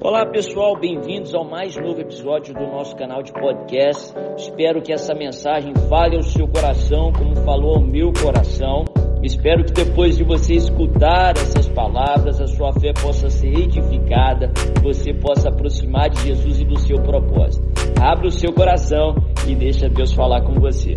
Olá pessoal, bem-vindos ao mais novo episódio do nosso canal de podcast. Espero que essa mensagem fale ao seu coração como falou ao meu coração. Espero que depois de você escutar essas palavras, a sua fé possa ser edificada, você possa aproximar de Jesus e do seu propósito. Abra o seu coração e deixa Deus falar com você.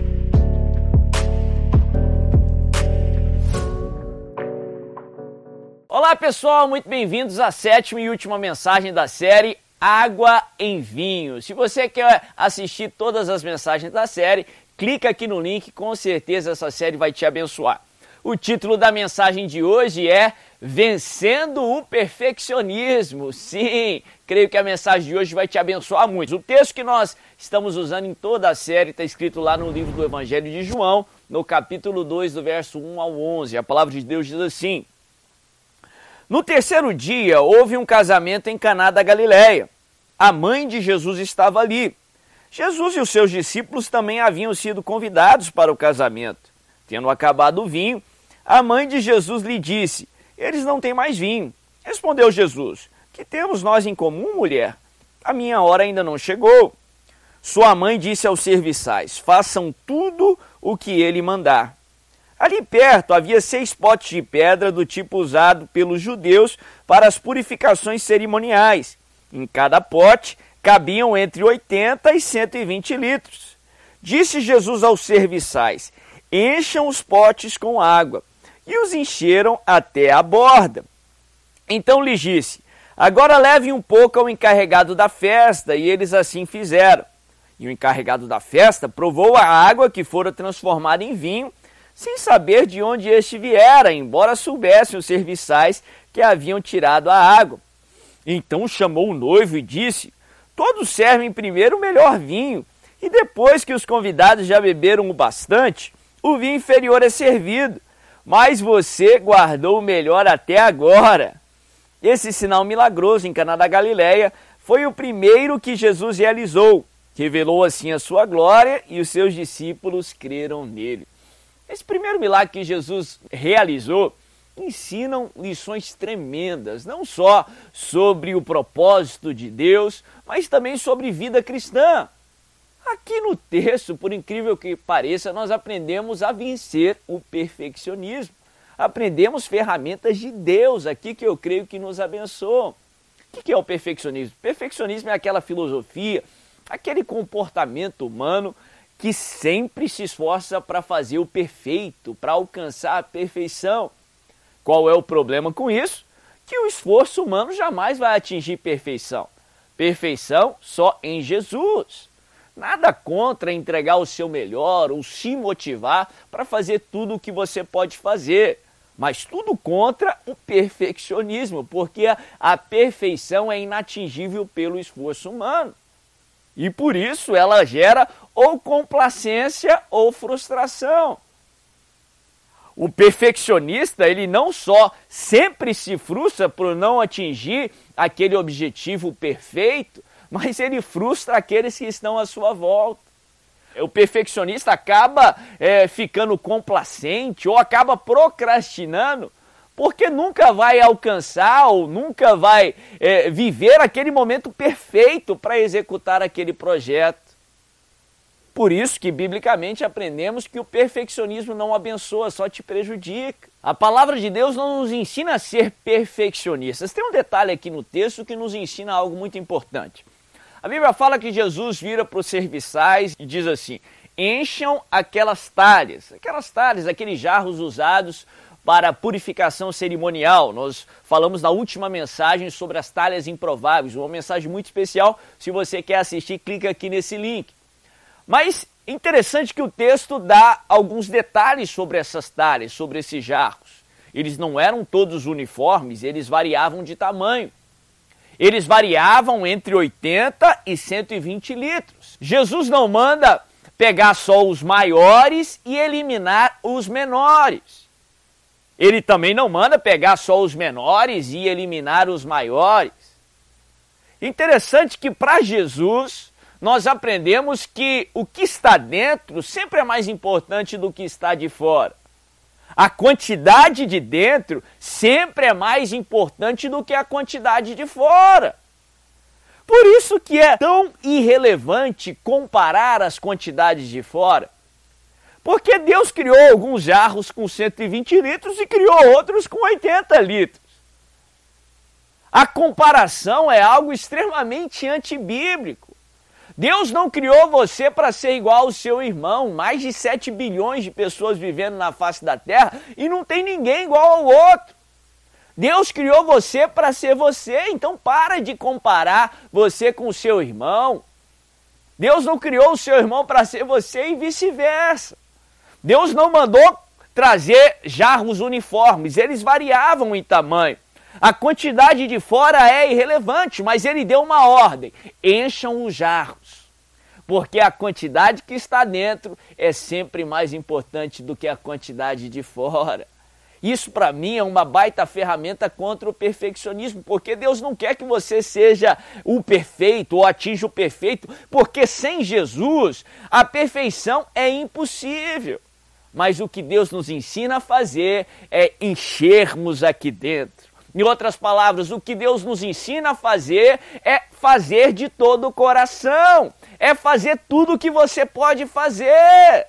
Olá pessoal, muito bem-vindos à sétima e última mensagem da série Água em Vinho. Se você quer assistir todas as mensagens da série, clica aqui no link, com certeza essa série vai te abençoar. O título da mensagem de hoje é Vencendo o Perfeccionismo. Sim, creio que a mensagem de hoje vai te abençoar muito. O texto que nós estamos usando em toda a série está escrito lá no livro do Evangelho de João, no capítulo 2, do verso 1 ao 11. A palavra de Deus diz assim: No terceiro dia, houve um casamento em Caná da Galileia. A mãe de Jesus estava ali. Jesus e os seus discípulos também haviam sido convidados para o casamento. Tendo acabado o vinho, a mãe de Jesus lhe disse: Eles não têm mais vinho. Respondeu Jesus: Que temos nós em comum, mulher? A minha hora ainda não chegou. Sua mãe disse aos serviçais: Façam tudo o que ele mandar. Ali perto havia 6 potes de pedra do tipo usado pelos judeus para as purificações cerimoniais. Em cada pote cabiam entre 80 e 120 litros. Disse Jesus aos serviçais: Encham os potes com água. E os encheram até a borda. Então lhes disse: Agora levem um pouco ao encarregado da festa. E eles assim fizeram. E o encarregado da festa provou a água que fora transformada em vinho, sem saber de onde este viera, embora soubessem os serviçais que haviam tirado a água. Então chamou o noivo e disse: Todos servem primeiro o melhor vinho, e depois que os convidados já beberam o bastante, o vinho inferior é servido, mas você guardou o melhor até agora. Esse sinal milagroso em Caná da Galileia foi o primeiro que Jesus realizou. Revelou assim a sua glória e os seus discípulos creram nele. Esse primeiro milagre que Jesus realizou ensinam lições tremendas, não só sobre o propósito de Deus, mas também sobre vida cristã. Aqui no texto, por incrível que pareça, nós aprendemos a vencer o perfeccionismo. Aprendemos ferramentas de Deus aqui que eu creio que nos abençoam. O que é o perfeccionismo? O perfeccionismo é aquela filosofia, aquele comportamento humano que sempre se esforça para fazer o perfeito, para alcançar a perfeição. Qual é o problema com isso? Que o esforço humano jamais vai atingir perfeição. Perfeição só em Jesus. Nada contra entregar o seu melhor ou se motivar para fazer tudo o que você pode fazer. Mas tudo contra o perfeccionismo, porque a perfeição é inatingível pelo esforço humano. E por isso ela gera ou complacência ou frustração. O perfeccionista, ele não só sempre se frustra por não atingir aquele objetivo perfeito, mas ele frustra aqueles que estão à sua volta. O perfeccionista acaba ficando complacente ou acaba procrastinando porque nunca vai alcançar ou nunca vai viver aquele momento perfeito para executar aquele projeto. Por isso que, biblicamente, aprendemos que o perfeccionismo não abençoa, só te prejudica. A palavra de Deus não nos ensina a ser perfeccionistas. Tem um detalhe aqui no texto que nos ensina algo muito importante. A Bíblia fala que Jesus vira para os serviçais e diz assim: encham aquelas talhas, aqueles jarros usados para purificação cerimonial. Nós falamos na última mensagem sobre as talhas improváveis, uma mensagem muito especial. Se você quer assistir, clica aqui nesse link. Mas interessante que o texto dá alguns detalhes sobre essas talhas, sobre esses jarros. Eles não eram todos uniformes, eles variavam de tamanho. Eles variavam entre 80 e 120 litros. Jesus não manda pegar só os maiores e eliminar os menores. Ele também não manda pegar só os menores e eliminar os maiores. Interessante que para Jesus nós aprendemos que o que está dentro sempre é mais importante do que está de fora. A quantidade de dentro sempre é mais importante do que a quantidade de fora. Por isso que é tão irrelevante comparar as quantidades de fora. Porque Deus criou alguns jarros com 120 litros e criou outros com 80 litros. A comparação é algo extremamente antibíblico. Deus não criou você para ser igual ao seu irmão. Mais de 7 bilhões de pessoas vivendo na face da terra e não tem ninguém igual ao outro. Deus criou você para ser você, então para de comparar você com o seu irmão. Deus não criou o seu irmão para ser você e vice-versa. Deus não mandou trazer jarros uniformes, eles variavam em tamanho. A quantidade de fora é irrelevante, mas ele deu uma ordem: encham os jarros, porque a quantidade que está dentro é sempre mais importante do que a quantidade de fora. Isso para mim é uma baita ferramenta contra o perfeccionismo, porque Deus não quer que você seja o perfeito ou atinja o perfeito, porque sem Jesus a perfeição é impossível. Mas o que Deus nos ensina a fazer é enchermos aqui dentro. Em outras palavras, o que Deus nos ensina a fazer é fazer de todo o coração, é fazer tudo o que você pode fazer.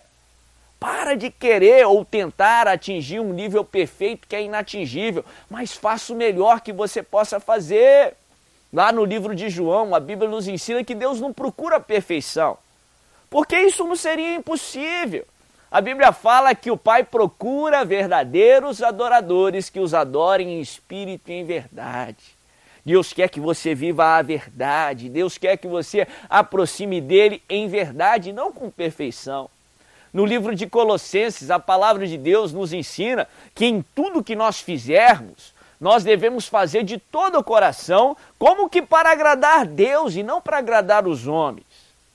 Para de querer ou tentar atingir um nível perfeito que é inatingível, mas faça o melhor que você possa fazer. Lá no livro de João, a Bíblia nos ensina que Deus não procura a perfeição, porque isso não seria impossível. A Bíblia fala que o Pai procura verdadeiros adoradores que os adorem em espírito e em verdade. Deus quer que você viva a verdade, Deus quer que você aproxime dele em verdade, não com perfeição. No livro de Colossenses, a palavra de Deus nos ensina que em tudo que nós fizermos, nós devemos fazer de todo o coração, como que para agradar Deus e não para agradar os homens.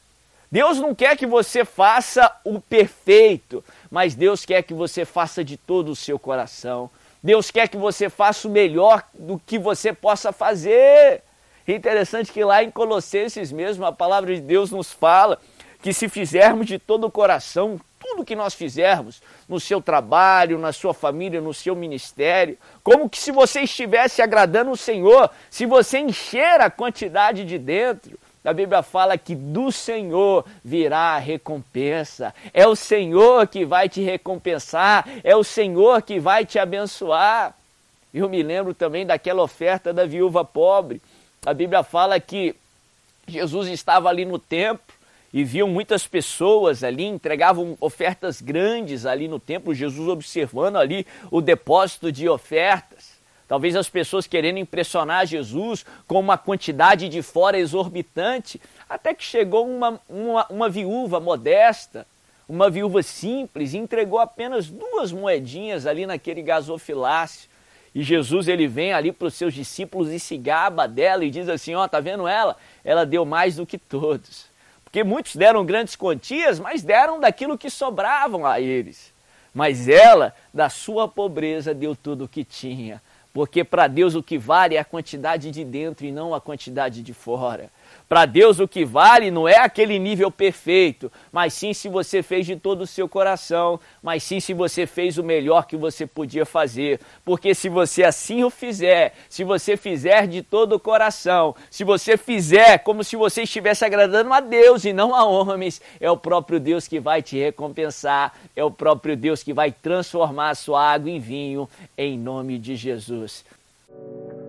Deus não quer que você faça o perfeito, mas Deus quer que você faça de todo o seu coração. Deus quer que você faça o melhor do que você possa fazer. É interessante que lá em Colossenses mesmo, a palavra de Deus nos fala que se fizermos de todo o coração, tudo que nós fizermos, no seu trabalho, na sua família, no seu ministério, como que se você estivesse agradando o Senhor, se você encher a quantidade de dentro, a Bíblia fala que do Senhor virá a recompensa. É o Senhor que vai te recompensar, é o Senhor que vai te abençoar. Eu me lembro também daquela oferta da viúva pobre. A Bíblia fala que Jesus estava ali no templo e viam muitas pessoas ali, entregavam ofertas grandes ali no templo, Jesus observando ali o depósito de ofertas. Talvez as pessoas querendo impressionar Jesus com uma quantidade de fora exorbitante, até que chegou uma viúva modesta, uma viúva simples, e entregou apenas 2 moedinhas ali naquele gasofilácio. E Jesus ele vem ali para os seus discípulos e se gaba dela e diz assim, ó, tá vendo ela? Ela deu mais do que todos. Porque muitos deram grandes quantias, mas deram daquilo que sobravam a eles. Mas ela, da sua pobreza, deu tudo o que tinha. Porque para Deus o que vale é a quantidade de dentro e não a quantidade de fora. Para Deus o que vale não é aquele nível perfeito, mas sim se você fez de todo o seu coração, mas sim se você fez o melhor que você podia fazer. Porque se você assim o fizer, se você fizer de todo o coração, se você fizer como se você estivesse agradando a Deus e não a homens, é o próprio Deus que vai te recompensar, é o próprio Deus que vai transformar a sua água em vinho, em nome de Jesus.